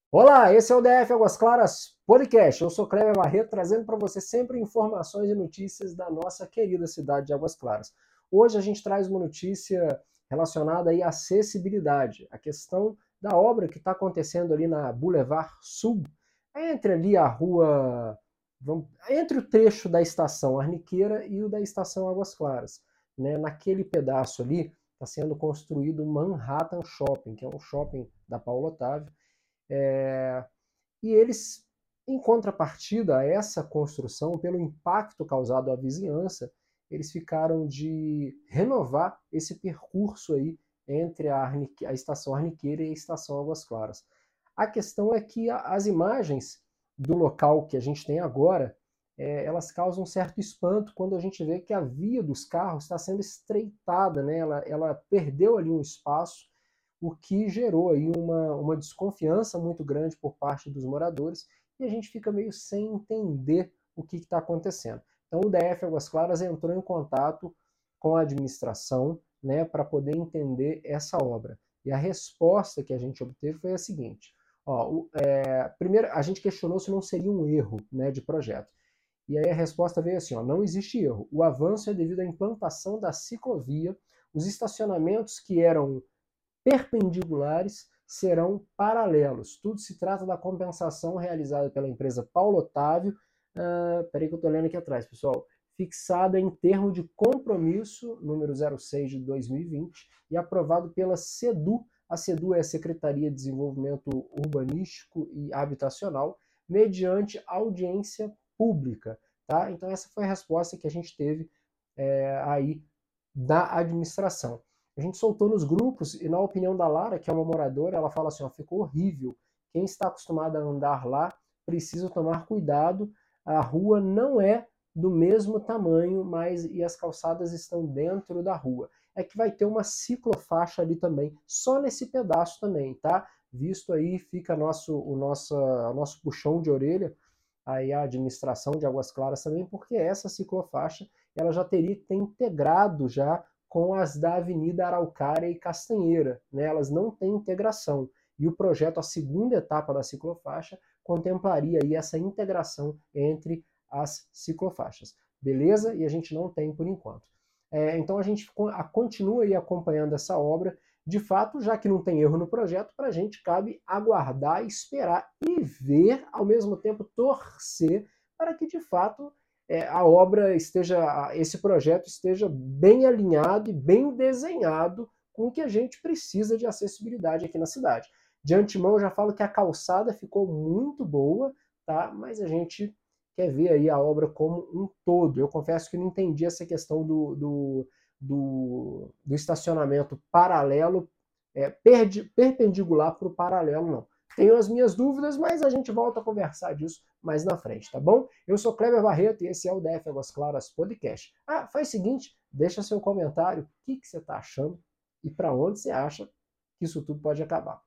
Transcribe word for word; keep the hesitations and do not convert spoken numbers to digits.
Olá, esse é o D F Águas Claras Podcast. Eu sou Cléber Barreto, trazendo para você sempre informações e notícias da nossa querida cidade de Águas Claras. Hoje a gente traz uma notícia relacionada aí à acessibilidade, a questão da obra que está acontecendo ali na Boulevard Sul, entre ali a rua, entre o trecho da estação Arniqueira e o da estação Águas Claras. Né? Naquele pedaço ali está sendo construído o Manhattan Shopping, que é um shopping da Paulo Otávio. É, e eles, em contrapartida a essa construção, pelo impacto causado à vizinhança, eles ficaram de renovar esse percurso aí entre a, Arnique, a estação Arniqueira e a estação Águas Claras. A questão é que as imagens do local que a gente tem agora, é, elas causam um certo espanto quando a gente vê que a via dos carros está sendo estreitada, né? ela, ela perdeu ali um espaço, o que gerou aí uma, uma desconfiança muito grande por parte dos moradores e a gente fica meio sem entender o que está acontecendo. Então o D F Águas Claras entrou em contato com a administração, né, para poder entender essa obra. E a resposta que a gente obteve foi a seguinte: ó, o, é, primeiro a gente questionou se não seria um erro, né, de projeto. E aí a resposta veio assim: ó, não existe erro. O avanço é devido à implantação da ciclovia, os estacionamentos que eram perpendiculares serão paralelos. Tudo se trata da compensação realizada pela empresa Paulo Otávio. Uh, peraí que eu estou lendo aqui atrás, pessoal. Fixada em termo de compromisso, número zero seis de dois mil e vinte, e aprovado pela SEDU. A SEDU é a Secretaria de Desenvolvimento Urbanístico e Habitacional, mediante audiência pública. Tá? Então, essa foi a resposta que a gente teve é, aí da administração. A gente soltou nos grupos e, na opinião da Lara, que é uma moradora, ela fala assim: ó, ficou horrível. Quem está acostumado a andar lá precisa tomar cuidado. A rua não é do mesmo tamanho, mas e as calçadas estão dentro da rua. É que vai ter uma ciclofaixa ali também, só nesse pedaço também, tá? Visto aí, fica nosso, o nosso, o nosso puxão de orelha aí a administração de Águas Claras também, porque essa ciclofaixa ela já teria que ter integrado já com as da Avenida Araucária e Castanheira, né? Elas não têm integração. E o projeto, a segunda etapa da ciclofaixa, contemplaria aí essa integração entre as ciclofaixas. Beleza? E a gente não tem por enquanto. É, então a gente continua aí acompanhando essa obra. De fato, já que não tem erro no projeto, para a gente cabe aguardar, esperar e ver, ao mesmo tempo torcer para que de fato é, a obra esteja, esse projeto esteja bem alinhado e bem desenhado com o que a gente precisa de acessibilidade aqui na cidade. De antemão, eu já falo que a calçada ficou muito boa, tá? Mas a gente quer ver aí a obra como um todo. Eu confesso que não entendi essa questão do, do, do, do estacionamento paralelo, é, perdi, perpendicular para o paralelo, não. Tenho as minhas dúvidas, mas a gente volta a conversar disso mais na frente, tá bom? Eu sou Cléber Barreto e esse é o D F Águas Claras Podcast. Ah, faz o seguinte, deixa seu comentário, o que, que você está achando e para onde você acha que isso tudo pode acabar.